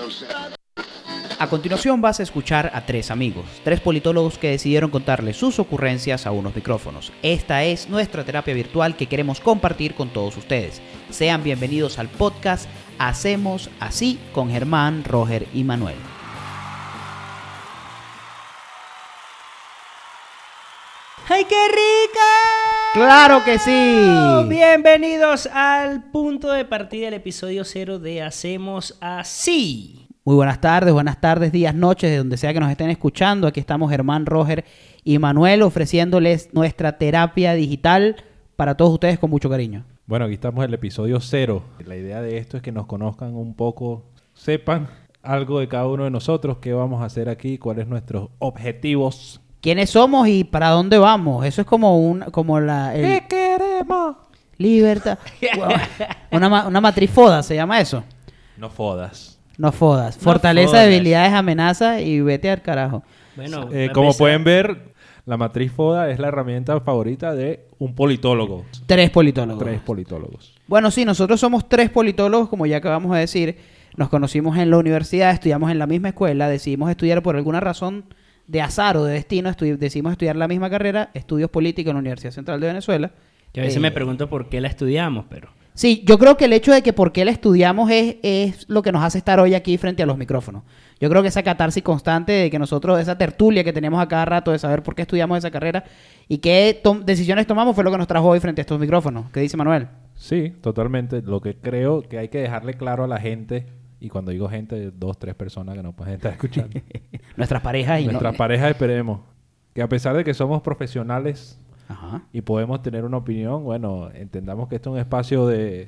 A continuación vas a escuchar a tres amigos, tres politólogos que decidieron contarle sus ocurrencias a unos micrófonos. Esta es nuestra terapia virtual que queremos compartir con todos ustedes. Sean bienvenidos al podcast Hacemos Así con Germán, Roger y Manuel. ¡Ay, qué rica! ¡Claro que sí! Bienvenidos al punto de partida del episodio 0 de Hacemos Así. Muy buenas tardes, días, noches, de donde sea que nos estén escuchando. Aquí estamos Germán, Roger y Manuel ofreciéndoles nuestra terapia digital para todos ustedes con mucho cariño. Bueno, aquí estamos en el episodio 0. La idea de esto es que nos conozcan un poco, sepan algo de cada uno de nosotros, qué vamos a hacer aquí, cuáles son nuestros objetivos. ¿Quiénes somos y para dónde vamos? Eso es como ¿Qué queremos? Libertad. Una matrifoda, ¿se llama eso? No fodas. No fodas. Fortaleza, debilidades, amenaza y vete al carajo. Bueno, como pueden ver, la matriz FODA es la herramienta favorita de un politólogo. Tres politólogos. Bueno, sí, nosotros somos tres politólogos, como ya acabamos de decir. Nos conocimos en la universidad, estudiamos en la misma escuela, decidimos estudiar por alguna razón de azar o de destino, decidimos estudiar la misma carrera, estudios políticos en la Universidad Central de Venezuela. Yo a veces me pregunto por qué la estudiamos, pero... Sí, yo creo que el hecho de que por qué la estudiamos es lo que nos hace estar hoy aquí frente a los micrófonos. Yo creo que esa catarsis constante de que nosotros, esa tertulia que tenemos a cada rato de saber por qué estudiamos esa carrera y qué decisiones tomamos fue lo que nos trajo hoy frente a estos micrófonos. ¿Qué dice Manuel? Sí, totalmente. Lo que creo que hay que dejarle claro a la gente, y cuando digo gente, 2, 3 personas que no pueden estar escuchando. Nuestras parejas. Nuestras parejas, esperemos. Que a pesar de que somos profesionales... Ajá. Y podemos tener una opinión, bueno, entendamos que esto es un espacio de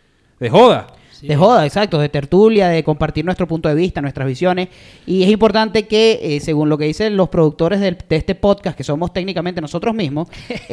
joda. Sí. De joda, exacto, de tertulia, de compartir nuestro punto de vista, nuestras visiones. Y es importante que, según lo que dicen los productores de este podcast, que somos técnicamente nosotros mismos,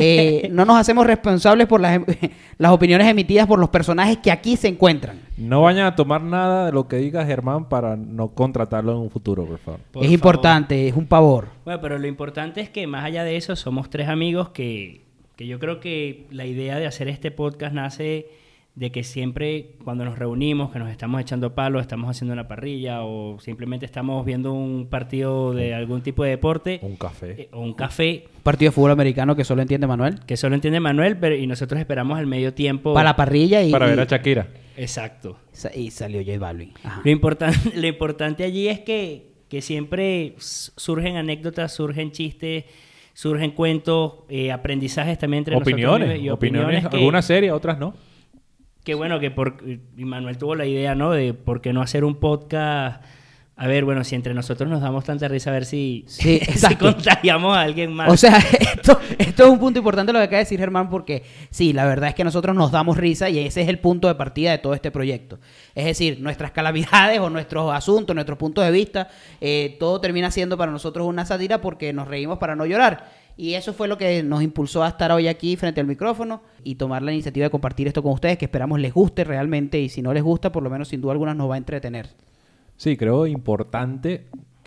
no nos hacemos responsables por las opiniones emitidas por los personajes que aquí se encuentran. No vayan a tomar nada de lo que diga Germán para no contratarlo en un futuro, por favor. Es importante, es un pavor. Bueno, pero lo importante es que más allá de eso, somos tres amigos que yo creo que la idea de hacer este podcast nace de que siempre cuando nos reunimos, que nos estamos echando palos, estamos haciendo una parrilla o simplemente estamos viendo un partido de algún tipo de deporte. Un café. O un café. Un partido de fútbol americano que solo entiende Manuel. Que solo entiende Manuel, y nosotros esperamos el medio tiempo. Para la parrilla y... Para ver a Shakira. Exacto. Y salió J Balvin. Ajá. Lo importante allí es que siempre surgen anécdotas, surgen chistes, surgen cuentos, aprendizajes también entre nosotros. Opiniones, algunas serias, otras no. Que bueno, y Manuel tuvo la idea, ¿no? De por qué no hacer un podcast. A ver, bueno, si entre nosotros nos damos tanta risa, a ver si contagiamos a alguien más. O sea, esto es un punto importante lo que acaba de decir Germán, porque sí, la verdad es que nosotros nos damos risa y ese es el punto de partida de todo este proyecto. Es decir, nuestras calamidades o nuestros asuntos, nuestros puntos de vista, todo termina siendo para nosotros una sátira porque nos reímos para no llorar. Y eso fue lo que nos impulsó a estar hoy aquí frente al micrófono y tomar la iniciativa de compartir esto con ustedes, que esperamos les guste realmente, y si no les gusta, por lo menos sin duda alguna nos va a entretener. Sí, creo importante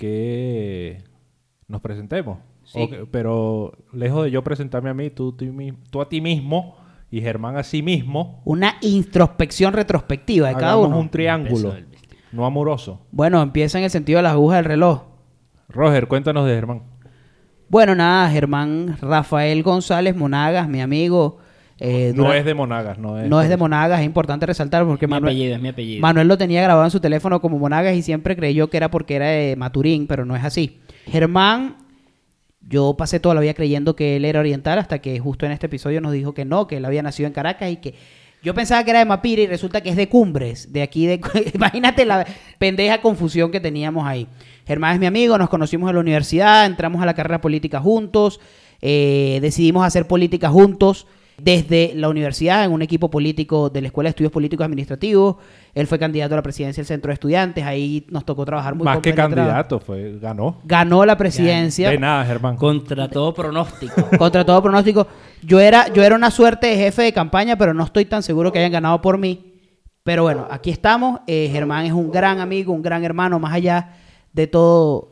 que nos presentemos. Sí. Pero lejos de yo presentarme a mí, tú a ti mismo y Germán a sí mismo. Una introspección retrospectiva de cada uno. Un triángulo, no amoroso. Bueno, empieza en el sentido de las agujas del reloj. Roger, cuéntanos de Germán. Bueno, nada, Germán Rafael González Monagas, mi amigo. No es de Monagas, no es de Monagas, es importante resaltar porque es mi apellido. Manuel lo tenía grabado en su teléfono como Monagas y siempre creyó que era porque era de Maturín, pero no es así. Germán, yo pasé toda la vida creyendo que él era oriental hasta que justo en este episodio nos dijo que no, que él había nacido en Caracas y que yo pensaba que era de Mapira y resulta que es de Cumbres, de aquí de... Imagínate la pendeja confusión que teníamos ahí. Germán es mi amigo, nos conocimos en la universidad, entramos a la carrera política juntos, decidimos hacer política juntos desde la universidad en un equipo político de la Escuela de Estudios Políticos Administrativos. Él fue candidato a la presidencia del Centro de Estudiantes, ahí nos tocó trabajar muy más que candidato, ganó la presidencia. De nada, Germán. Contra todo pronóstico. Contra todo pronóstico. Yo era una suerte de jefe de campaña, pero no estoy tan seguro que hayan ganado por mí. Pero bueno, aquí estamos. Germán es un gran amigo, un gran hermano, más allá de todo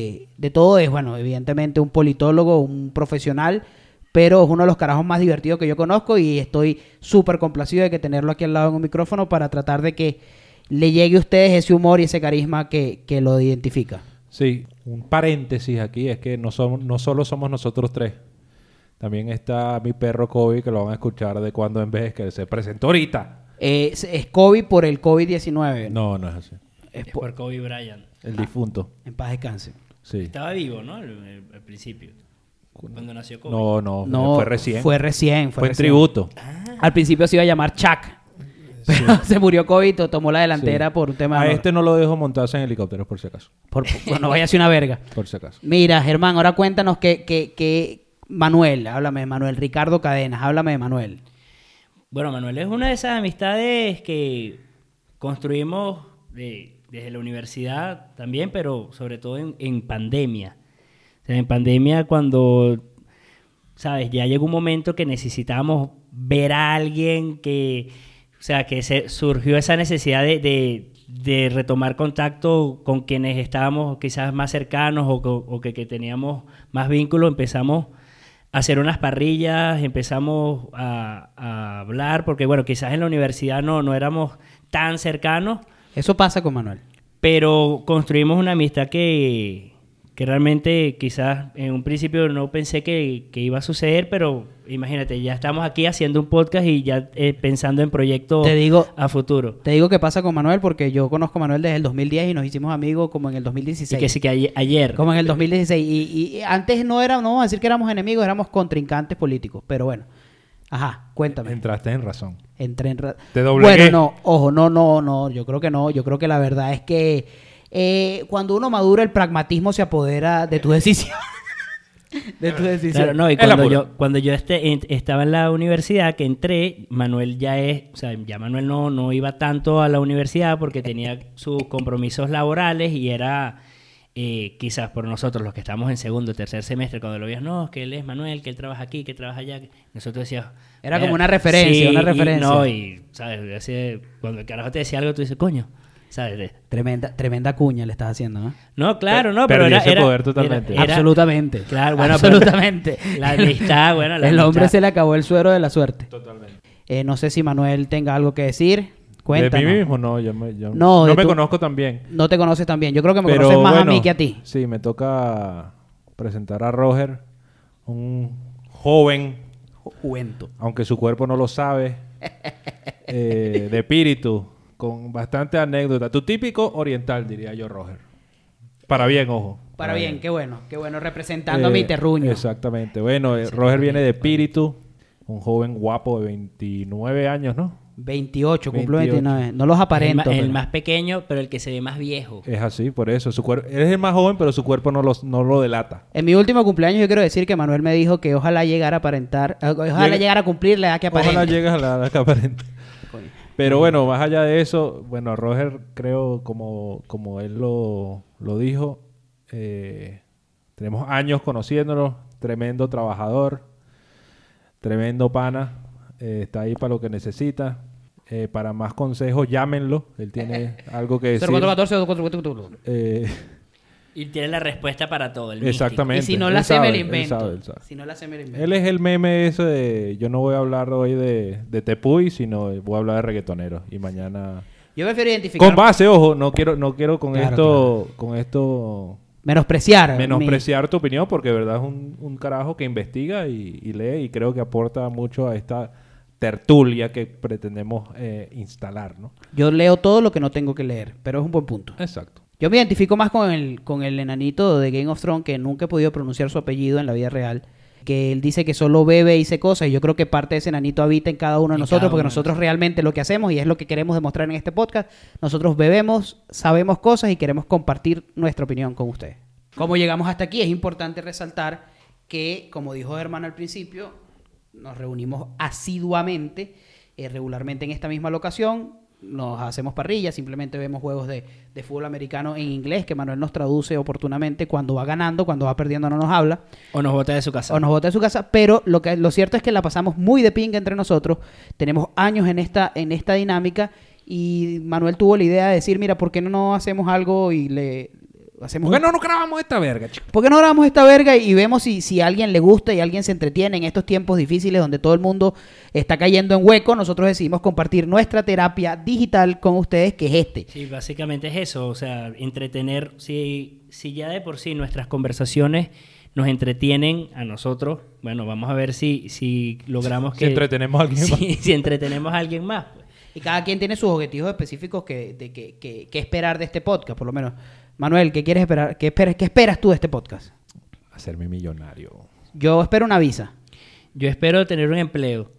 es, bueno, evidentemente un politólogo, un profesional, pero es uno de los carajos más divertidos que yo conozco y estoy súper complacido de que tenerlo aquí al lado en un micrófono para tratar de que le llegue a ustedes ese humor y ese carisma que lo identifica. Sí, un paréntesis aquí es que no solo somos nosotros tres. También está mi perro Kobe, que lo van a escuchar de cuando en vez, que se presentó ahorita. Es Kobe por el COVID-19. No, no es así. Es por Kobe Bryant. El difunto. En paz descanse. Sí. Estaba vivo, ¿no? Al principio. Cuando nació Kobe. No, fue recién. Fue recién. Fue en tributo. Al principio se iba a llamar Chuck. Pero se murió Kobe y tomó la delantera Sí. por un tema... A este no lo dejo montarse en helicópteros, por si acaso. No vaya a ser una verga. Por si acaso. Mira, Germán, ahora cuéntanos que Manuel, háblame de Manuel. Ricardo Cadenas, háblame de Manuel. Bueno, Manuel es una de esas amistades que construimos desde la universidad también, pero sobre todo en pandemia. O sea, en pandemia cuando, ¿sabes? Ya llegó un momento que necesitábamos ver a alguien que... O sea, que surgió esa necesidad de retomar contacto con quienes estábamos quizás más cercanos o que teníamos más vínculos. Empezamos a hacer unas parrillas, empezamos a hablar, porque bueno, quizás en la universidad no éramos tan cercanos, Eso pasa con Manuel. pero construimos una amistad que realmente quizás en un principio no pensé que iba a suceder, pero imagínate, ya estamos aquí haciendo un podcast y ya pensando en proyectos a futuro. Te digo que pasa con Manuel porque yo conozco a Manuel desde el 2010 y nos hicimos amigos como en el 2016. Y que sí que ayer. Como en el 2016. Y antes no vamos a decir que éramos enemigos, éramos contrincantes políticos. Pero bueno. Ajá, cuéntame. Entraste en razón. Te doblegué. Bueno, no, ojo, no, yo creo que no. Yo creo que la verdad es que cuando uno madura, el pragmatismo se apodera de tu decisión. De tu decisión. Claro, no, y cuando yo estaba en la universidad, que entré, Manuel o sea, ya Manuel no iba tanto a la universidad porque tenía sus compromisos laborales y era quizás por nosotros los que estamos en segundo o tercer semestre, cuando lo veías, no, es que él es Manuel, que él trabaja aquí, que él trabaja allá, nosotros decíamos... Era como una referencia, sí, una referencia. Y ¿sabes? Cuando el carajo te decía algo, tú dices, coño, ¿sabes? Tremenda cuña le estás haciendo, ¿no? No, claro, no, pero Perdió era... ese poder totalmente. Absolutamente. Claro, bueno, absolutamente. La amistad, bueno, el hombre se le acabó el suero de la suerte. Totalmente. No sé si Manuel tenga algo que decir. Cuéntanos. De mí mismo, no. Yo No, no me tú- conozco tan bien. No te conoces tan bien. Yo creo que me Pero conoces más bueno, a mí que a ti. Sí, me toca presentar a Roger, un joven, Juventud. aunque su cuerpo no lo sabe, de espíritu, con bastante anécdota. Tu típico oriental, diría yo, Roger. Para bien, ojo. Para bien, qué bueno, representando a mi terruño. Exactamente. Bueno, Roger viene de espíritu, un joven guapo de 29 años, ¿no? 28, cumplo 28. 29. No los aparento. el pero- más pequeño, pero el que se ve más viejo. Es así, por eso. Él es el más joven, pero su cuerpo no lo delata. En mi último cumpleaños yo quiero decir que Manuel me dijo que ojalá llegara a aparentar, ojalá llegara a cumplir la edad que aparenta. Ojalá llegues a la edad que aparenta. Coño. Pero bueno, más allá de eso, bueno, Roger, creo, como él lo dijo, tenemos años conociéndolo, tremendo trabajador, tremendo pana, está ahí para lo que necesita. Para más consejos, llámenlo, él tiene algo que decir. 0414 Y tiene la respuesta para todo, el místico. Exactamente. Y si no Él la sé, me sabe, la él invento. sabe, él sabe. Si no la sé, me la invento. Él es el meme ese de yo no voy a hablar hoy de Tepuy, sino voy a hablar de reggaetoneros. Y mañana... Yo prefiero identificar... Con base, ojo, no quiero con Claro, esto Menospreciar. menospreciar tu opinión, porque de verdad es un carajo que investiga y lee y creo que aporta mucho a esta tertulia que pretendemos instalar, ¿no? Yo leo todo lo que no tengo que leer, pero es un buen punto. Exacto. Yo me identifico más con el enanito de Game of Thrones, que nunca he podido pronunciar su apellido en la vida real, que él dice que solo bebe y dice cosas, y yo creo que parte de ese enanito habita en cada uno de En nosotros, cada porque uno de nosotros realmente lo que hacemos, y es lo que queremos demostrar en este podcast, nosotros bebemos, sabemos cosas y queremos compartir nuestra opinión con ustedes. Como llegamos hasta aquí, es importante resaltar que, como dijo Germán al principio, nos reunimos asiduamente, regularmente en esta misma locación, nos hacemos parrillas, simplemente vemos juegos de fútbol americano en inglés, que Manuel nos traduce oportunamente cuando va ganando, cuando va perdiendo no nos habla, O nos bota de su casa. o nos bota de su casa, pero lo cierto es que la pasamos muy de pinga entre nosotros, tenemos años en esta dinámica, y Manuel tuvo la idea de decir, mira, ¿por qué no hacemos algo y hacemos ¿Por qué no nos grabamos esta verga, chico? ¿Por qué no grabamos esta verga y vemos si a alguien le gusta y alguien se entretiene en estos tiempos difíciles donde todo el mundo está cayendo en hueco? Nosotros decidimos compartir nuestra terapia digital con ustedes, que es este. Sí, básicamente es eso, o sea, entretener, si ya de por sí nuestras conversaciones nos entretienen a nosotros, bueno, vamos a ver si logramos Si entretenemos a alguien más. Si entretenemos a alguien más. Pues. Y cada quien tiene sus objetivos específicos que esperar de este podcast, por lo menos. Manuel, ¿qué quieres esperar? ¿Qué esperas tú de este podcast? Hacerme millonario. Yo espero una visa. Yo espero tener un empleo.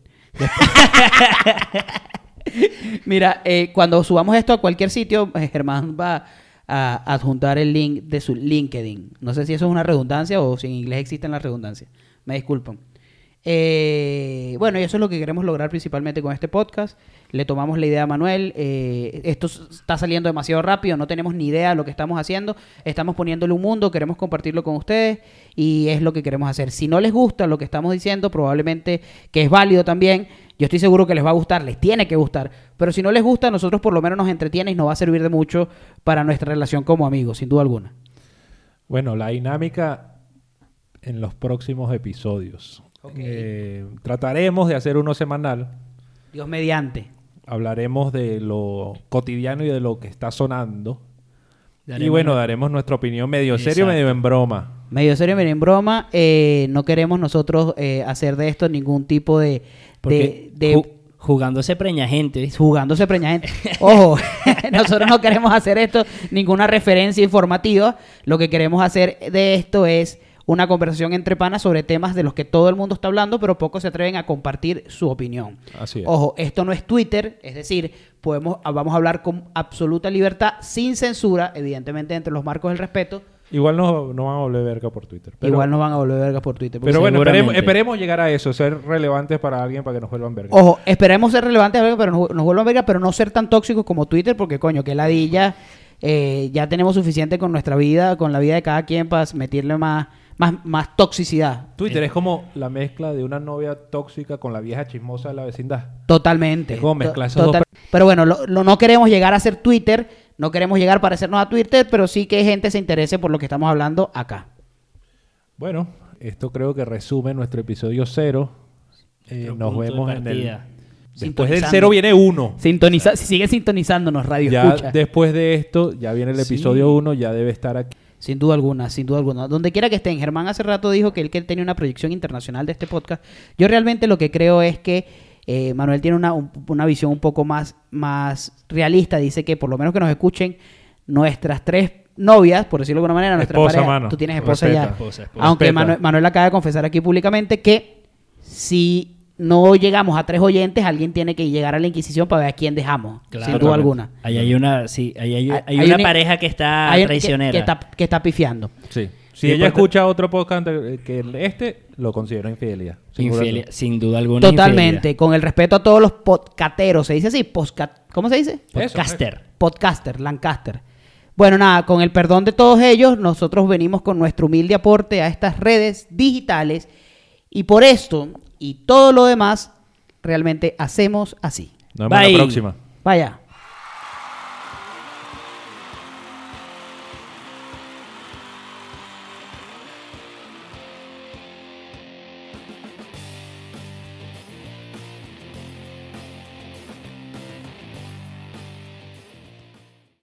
Mira, cuando subamos esto a cualquier sitio, Germán va a adjuntar el link de su LinkedIn. No sé si eso es una redundancia o si en inglés existen las redundancias. Me disculpan. Bueno, y eso es lo que queremos lograr principalmente con este podcast. Le tomamos la idea a Manuel. Esto está saliendo demasiado rápido, no tenemos ni idea de lo que estamos haciendo. Estamos poniéndole un mundo, queremos compartirlo con ustedes y es lo que queremos hacer. Si no les gusta lo que estamos diciendo, probablemente que es válido también. Yo estoy seguro que les va a gustar, les tiene que gustar. Pero si no les gusta, a nosotros por lo menos nos entretiene y nos va a servir de mucho para nuestra relación como amigos, sin duda alguna. Bueno, la dinámica en los próximos episodios. Okay. Trataremos de hacer uno semanal. Dios mediante. Hablaremos de lo cotidiano y de lo que está sonando. Daremos y bueno, daremos nuestra opinión medio serio, Exacto. medio en broma. Medio serio, medio en broma. No queremos nosotros hacer de esto ningún tipo de jugándose preña gente, ¿viste? jugándose preña gente. Ojo, nosotros no queremos hacer esto, ninguna referencia informativa. Lo que queremos hacer de esto es una conversación entre panas sobre temas de los que todo el mundo está hablando, pero pocos se atreven a compartir su opinión. Así es. Ojo, esto no es Twitter, es decir, vamos a hablar con absoluta libertad, sin censura, evidentemente entre los marcos del respeto. Igual no van a volver verga por Twitter. Pero, Igual nos van a volver vergas por Twitter. pero bueno, seguramente. esperemos llegar a eso, ser relevantes para alguien para que nos vuelvan verga. Ojo, esperemos ser relevantes, pero nos vuelvan verga, pero no ser tan tóxicos como Twitter, porque coño, que ladilla, ya tenemos suficiente con nuestra vida, con la vida de cada quien para meterle más toxicidad. Twitter es como la mezcla de una novia tóxica con la vieja chismosa de la vecindad. Totalmente. Es como mezclar esos dos. Pero bueno, no queremos llegar a ser Twitter, no queremos llegar a parecernos a Twitter, pero sí que gente se interese por lo que estamos hablando acá. Bueno, esto creo que resume nuestro episodio 0. Nos vemos en el... Después del 0 viene 1. Sigue sintonizándonos, Radio Ya Escucha. después de esto, ya viene el episodio 1, ya debe estar aquí. Sin duda alguna, sin duda alguna. Donde quiera que estén. Germán hace rato dijo que él tenía una proyección internacional de este podcast. Yo realmente lo que creo es que Manuel tiene una visión un poco más realista. Dice que por lo menos que nos escuchen nuestras 3 novias, por decirlo de alguna manera, nuestra Esposa, pareja. mano. Tú tienes esposa Respeta. ya. Esposa. Aunque Respeta. Manuel acaba de confesar aquí públicamente que si no llegamos a 3 oyentes, alguien tiene que llegar a la Inquisición para ver a quién dejamos. Claro. Sin duda alguna. Ahí hay una, sí, hay Hay una una- pareja que está Hay- traicionera. que está pifiando. Sí. Si Y ella aparte- escucha otro podcast que este, lo considero infidelidad. Infidelidad, sin duda alguna. Totalmente. infidelidad. Con el respeto a todos los podcateros. ¿Se dice así? ¿Cómo se dice? Podcaster. Podcaster, Lancaster. Bueno, nada, con el perdón de todos ellos, nosotros venimos con nuestro humilde aporte a estas redes digitales y por esto y todo lo demás, realmente hacemos así. Nos vemos en Bye. la próxima. Vaya.